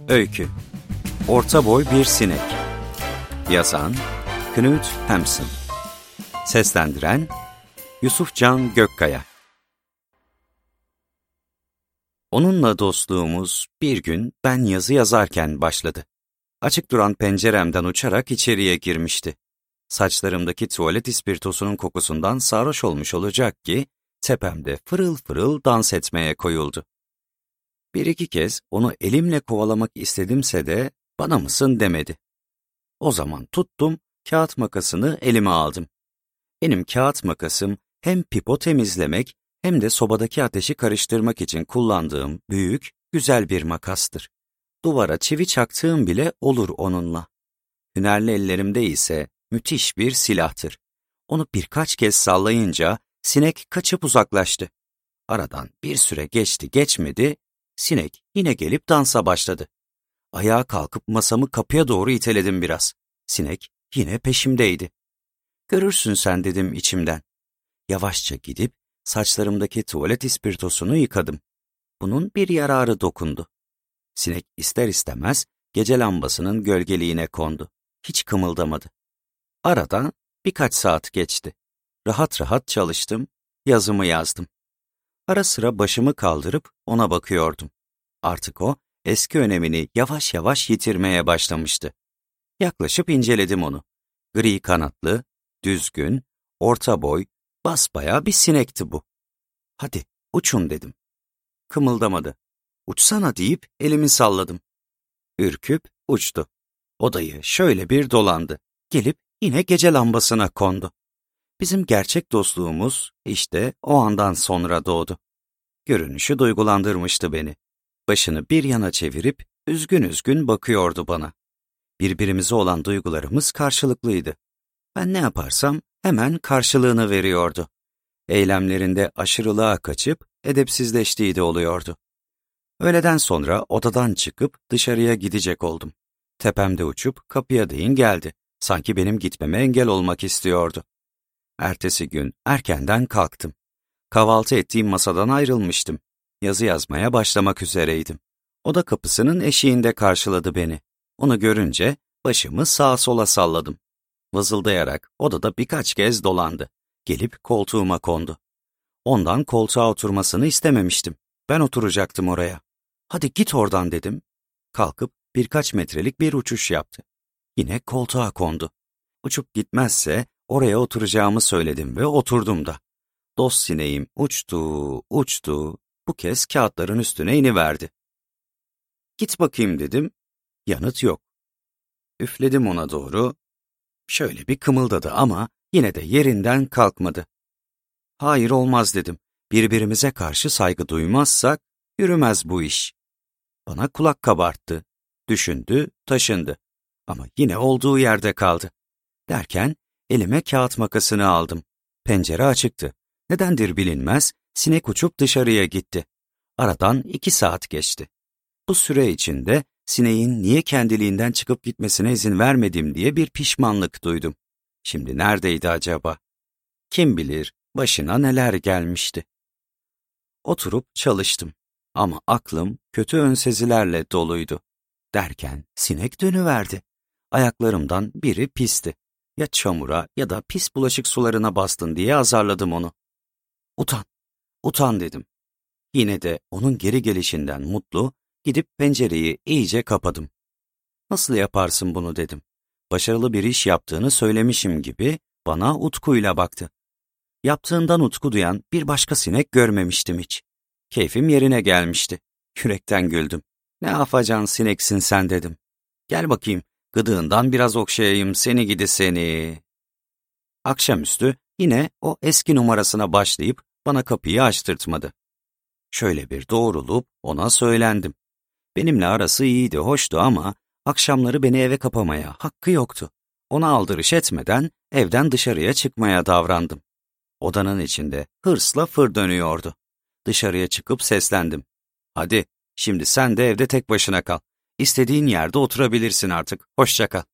Öykü. Orta boy bir sinek. Yazan Knut Hamsun. Seslendiren Yusufcan Gökkaya. Onunla dostluğumuz bir gün ben yazı yazarken başladı. Açık duran penceremden uçarak içeriye girmişti. Saçlarımdaki tuvalet ispirtosunun kokusundan sarhoş olmuş olacak ki tepemde fırıl fırıl dans etmeye koyuldu. Bir iki kez onu elimle kovalamak istedimse de bana mısın demedi. O zaman tuttum, kağıt makasını elime aldım. Benim kağıt makasım hem pipo temizlemek hem de sobadaki ateşi karıştırmak için kullandığım büyük, güzel bir makastır. Duvara çivi çaktığım bile olur onunla. Hünerli ellerimde ise müthiş bir silahtır. Onu birkaç kez sallayınca sinek kaçıp uzaklaştı. Aradan bir süre geçti geçmedi, sinek yine gelip dansa başladı. Ayağa kalkıp masamı kapıya doğru iteledim biraz. Sinek yine peşimdeydi. Görürsün sen dedim içimden. Yavaşça gidip saçlarımdaki tuvalet ispirtosunu yıkadım. Bunun bir yararı dokundu. Sinek ister istemez gece lambasının gölgeliğine kondu. Hiç kımıldamadı. Aradan birkaç saat geçti. Rahat rahat çalıştım, yazımı yazdım. Ara sıra başımı kaldırıp ona bakıyordum. Artık o eski önemini yavaş yavaş yitirmeye başlamıştı. Yaklaşıp inceledim onu. Gri kanatlı, düzgün, orta boy, basbayağı bir sinekti bu. Hadi uçun dedim. Kımıldamadı. Uçsana deyip elimi salladım. Ürküp uçtu. Odayı şöyle bir dolandı. Gelip yine gece lambasına kondu. Bizim gerçek dostluğumuz işte o andan sonra doğdu. Görünüşü duygulandırmıştı beni. Başını bir yana çevirip üzgün üzgün bakıyordu bana. Birbirimize olan duygularımız karşılıklıydı. Ben ne yaparsam hemen karşılığını veriyordu. Eylemlerinde aşırılığa kaçıp edepsizleştiği de oluyordu. Öğleden sonra odadan çıkıp dışarıya gidecek oldum. Tepemde uçup kapıya değin geldi. Sanki benim gitmeme engel olmak istiyordu. Ertesi gün erkenden kalktım. Kahvaltı ettiğim masadan ayrılmıştım. Yazı yazmaya başlamak üzereydim. Oda kapısının eşiğinde karşıladı beni. Onu görünce başımı sağa sola salladım. Vızıldayarak odada birkaç kez dolandı. Gelip koltuğuma kondu. Ondan koltuğa oturmasını istememiştim. Ben oturacaktım oraya. Hadi git oradan dedim. Kalkıp birkaç metrelik bir uçuş yaptı. Yine koltuğa kondu. Uçup gitmezse oraya oturacağımı söyledim ve oturdum da. Dost sineğim uçtu, uçtu, bu kez kağıtların üstüne iniverdi. Git bakayım dedim, yanıt yok. Üfledim ona doğru, şöyle bir kımıldadı ama yine de yerinden kalkmadı. Hayır olmaz dedim, birbirimize karşı saygı duymazsak yürümez bu iş. Bana kulak kabarttı, düşündü, taşındı ama yine olduğu yerde kaldı. Derken elime kağıt makasını aldım. Pencere açıktı. Nedendir bilinmez, sinek uçup dışarıya gitti. Aradan 2 saat geçti. Bu süre içinde sineğin niye kendiliğinden çıkıp gitmesine izin vermedim diye bir pişmanlık duydum. Şimdi neredeydi acaba? Kim bilir başına neler gelmişti. Oturup çalıştım ama aklım kötü önsezilerle doluydu. Derken sinek dönüverdi. Ayaklarımdan biri pisti. Ya çamura ya da pis bulaşık sularına bastın diye azarladım onu. Utan, utan dedim. Yine de onun geri gelişinden mutlu, gidip pencereyi iyice kapadım. Nasıl yaparsın bunu dedim. Başarılı bir iş yaptığını söylemişim gibi bana utkuyla baktı. Yaptığından utku duyan bir başka sinek görmemiştim hiç. Keyfim yerine gelmişti. Yürekten güldüm. Ne afacan sineksin sen dedim. Gel bakayım, gıdığından biraz okşayayım seni gidi seni. Akşamüstü yine o eski numarasına başlayıp bana kapıyı açtırtmadı. Şöyle bir doğrulup ona söylendim. Benimle arası iyiydi, hoştu ama akşamları beni eve kapamaya hakkı yoktu. Ona aldırış etmeden evden dışarıya çıkmaya davrandım. Odanın içinde hırsla fır dönüyordu. Dışarıya çıkıp seslendim. Hadi, şimdi sen de evde tek başına kal. İstediğin yerde oturabilirsin artık, hoşça kal.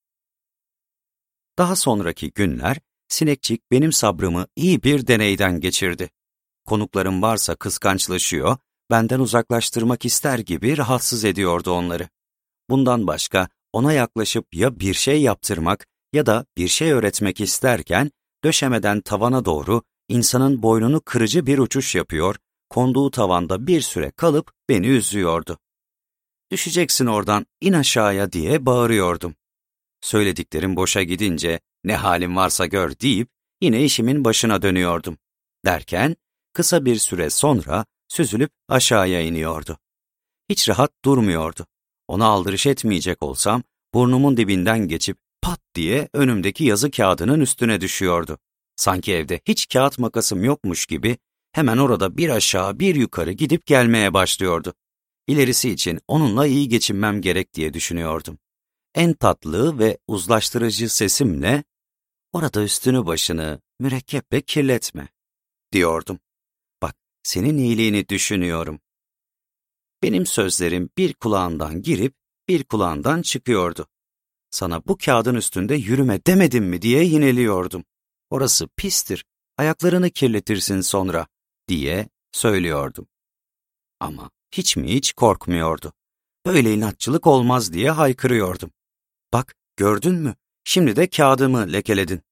Daha sonraki günler, sinekçik benim sabrımı iyi bir deneyden geçirdi. Konuklarım varsa kıskançlaşıyor, benden uzaklaştırmak ister gibi rahatsız ediyordu onları. Bundan başka ona yaklaşıp ya bir şey yaptırmak ya da bir şey öğretmek isterken döşemeden tavana doğru insanın boynunu kırıcı bir uçuş yapıyor, konduğu tavanda bir süre kalıp beni üzüyordu. "Düşeceksin oradan, in aşağıya" diye bağırıyordum. Söylediklerim boşa gidince "ne halin varsa gör" deyip yine işimin başına dönüyordum. Derken kısa bir süre sonra süzülüp aşağıya iniyordu. Hiç rahat durmuyordu. Ona aldırış etmeyecek olsam burnumun dibinden geçip pat diye önümdeki yazı kağıdının üstüne düşüyordu. Sanki evde hiç kağıt makasım yokmuş gibi hemen orada bir aşağı bir yukarı gidip gelmeye başlıyordu. İlerisi için onunla iyi geçinmem gerek diye düşünüyordum. En tatlı ve uzlaştırıcı sesimle "orada üstünü başını mürekkeple kirletme" diyordum. "Bak, senin iyiliğini düşünüyorum." Benim sözlerim bir kulağından girip bir kulağından çıkıyordu. "Sana bu kağıdın üstünde yürüme demedim mi?" diye yineliyordum. "Orası pistir, ayaklarını kirletirsin sonra" diye söylüyordum. Ama hiç mi hiç korkmuyordu. "Böyle inatçılık olmaz" diye haykırıyordum. "Bak, gördün mü? Şimdi de kağıdımı lekeledin."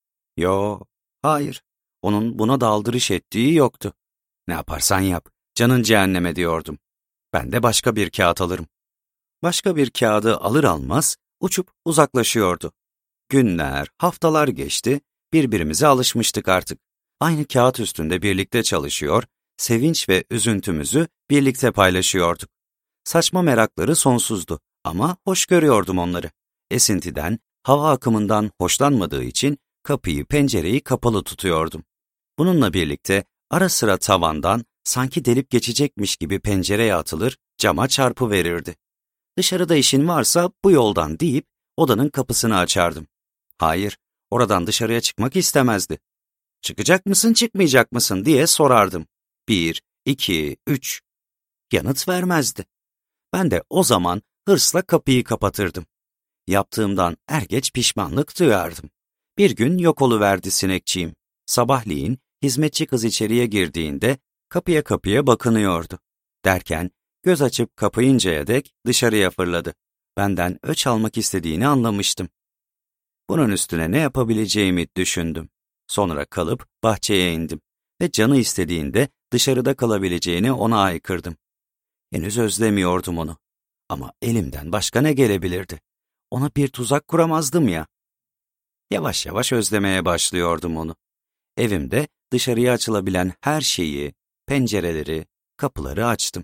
Yo, hayır. Onun buna daldırış ettiği yoktu. "Ne yaparsan yap, canın cehenneme" diyordum. "Ben de başka bir kağıt alırım." Başka bir kağıdı alır almaz uçup uzaklaşıyordu. Günler, haftalar geçti, birbirimize alışmıştık artık. Aynı kağıt üstünde birlikte çalışıyor, sevinç ve üzüntümüzü birlikte paylaşıyorduk. Saçma merakları sonsuzdu ama hoş görüyordum onları. Esintiden, hava akımından hoşlanmadığı için kapıyı, pencereyi kapalı tutuyordum. Bununla birlikte ara sıra tavandan sanki delip geçecekmiş gibi pencereye atılır, cama çarpıverirdi. "Dışarıda işin varsa bu yoldan" deyip odanın kapısını açardım. Hayır, oradan dışarıya çıkmak istemezdi. "Çıkacak mısın, çıkmayacak mısın?" diye sorardım. 1, 2, 3. Yanıt vermezdi. Ben de o zaman hırsla kapıyı kapatırdım. Yaptığımdan er geç pişmanlık duyardım. Bir gün yok oluverdi sinekçiğim. Sabahleyin hizmetçi kız içeriye girdiğinde kapıya bakınıyordu. Derken göz açıp kapayıncaya dek dışarıya fırladı. Benden öç almak istediğini anlamıştım. Bunun üstüne ne yapabileceğimi düşündüm. Sonra kalıp bahçeye indim ve canı istediğinde dışarıda kalabileceğini ona haykırdım. Henüz özlemiyordum onu. Ama elimden başka ne gelebilirdi? Ona bir tuzak kuramazdım ya. Yavaş yavaş özlemeye başlıyordum onu. Evimde dışarıya açılabilen her şeyi, pencereleri, kapıları açtım.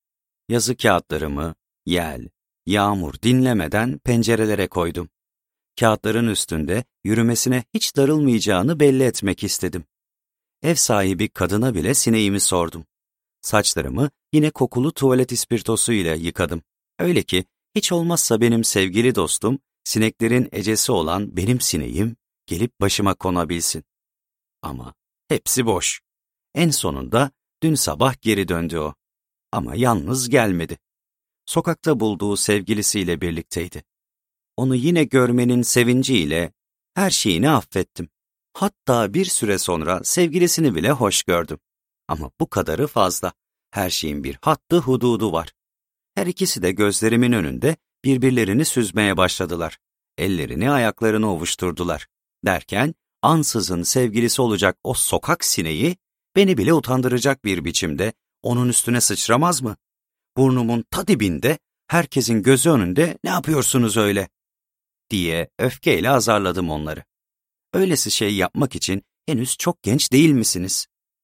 Yazı kağıtlarımı, yel, yağmur dinlemeden pencerelere koydum. Kağıtların üstünde yürümesine hiç darılmayacağını belli etmek istedim. Ev sahibi kadına bile sineğimi sordum. Saçlarımı yine kokulu tuvalet ispirtosu ile yıkadım. Öyle ki hiç olmazsa benim sevgili dostum, sineklerin ecesi olan benim sineğim gelip başıma konabilsin. Ama hepsi boş. En sonunda dün sabah geri döndü o. Ama yalnız gelmedi. Sokakta bulduğu sevgilisiyle birlikteydi. Onu yine görmenin sevinciyle her şeyini affettim. Hatta bir süre sonra sevgilisini bile hoş gördüm. Ama bu kadarı fazla. Her şeyin bir hattı hududu var. Her ikisi de gözlerimin önünde birbirlerini süzmeye başladılar. Ellerini ayaklarını ovuşturdular. Derken ansızın sevgilisi olacak o sokak sineği beni bile utandıracak bir biçimde onun üstüne sıçramaz mı? Burnumun ta dibinde, herkesin gözü önünde "ne yapıyorsunuz öyle?" diye öfkeyle azarladım onları. Öylesi şey yapmak için henüz çok genç değil misiniz?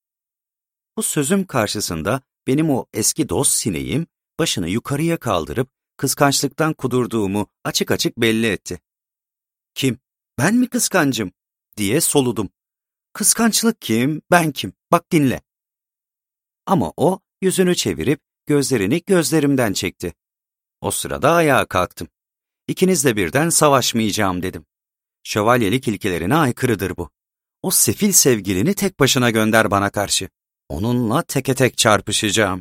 Bu sözüm karşısında benim o eski dost sineğim başını yukarıya kaldırıp kıskançlıktan kudurduğumu açık açık belli etti. "Kim? Ben mi kıskancım?" diye soludum. "Kıskançlık kim, ben kim? Bak dinle." Ama o yüzünü çevirip gözlerini gözlerimden çekti. O sırada ayağa kalktım. "İkinizle birden savaşmayacağım" dedim. "Şövalyelik ilkelerine aykırıdır bu. O sefil sevgilini tek başına gönder bana karşı. Onunla teke tek çarpışacağım."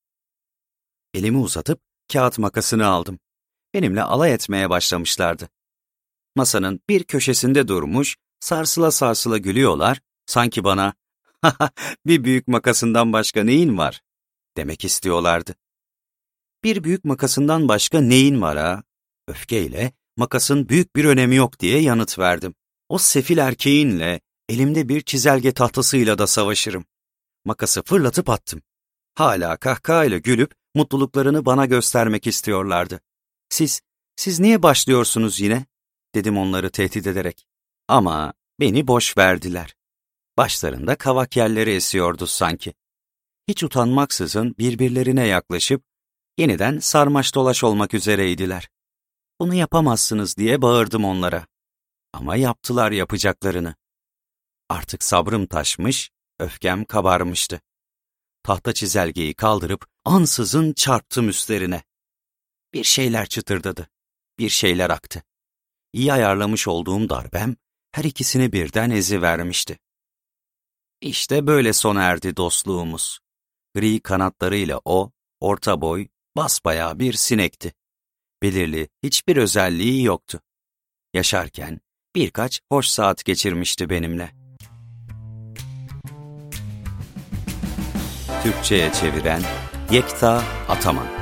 Elimi uzatıp kağıt makasını aldım. Benimle alay etmeye başlamışlardı. Masanın bir köşesinde durmuş, sarsıla sarsıla gülüyorlar, sanki bana "bir büyük makasından başka neyin var?" demek istiyorlardı. Bir büyük makasından başka neyin var ha? Öfkeyle, makasın büyük bir önemi yok diye yanıt verdim. O sefil erkeğinle, elimde bir çizelge tahtasıyla da savaşırım. Makası fırlatıp attım. Hala kahkahayla gülüp mutluluklarını bana göstermek istiyorlardı. Siz niye başlıyorsunuz yine? Dedim onları tehdit ederek. Ama beni boş verdiler. Başlarında kavak yerleri esiyordu sanki. Hiç utanmaksızın birbirlerine yaklaşıp yeniden sarmaş dolaş olmak üzereydiler. Bunu yapamazsınız diye bağırdım onlara. Ama yaptılar yapacaklarını. Artık sabrım taşmış, öfkem kabarmıştı. Tahta çizelgeyi kaldırıp ansızın çarptım üstlerine. Bir şeyler çıtırdadı, bir şeyler aktı. İyi ayarlamış olduğum darbem her ikisini birden ezivermişti. İşte böyle sona erdi dostluğumuz. Gri kanatlarıyla o, orta boy, basbayağı bir sinekti. Belirli hiçbir özelliği yoktu. Yaşarken birkaç hoş saat geçirmişti benimle. Türkçe'ye çeviren Yekta Ataman.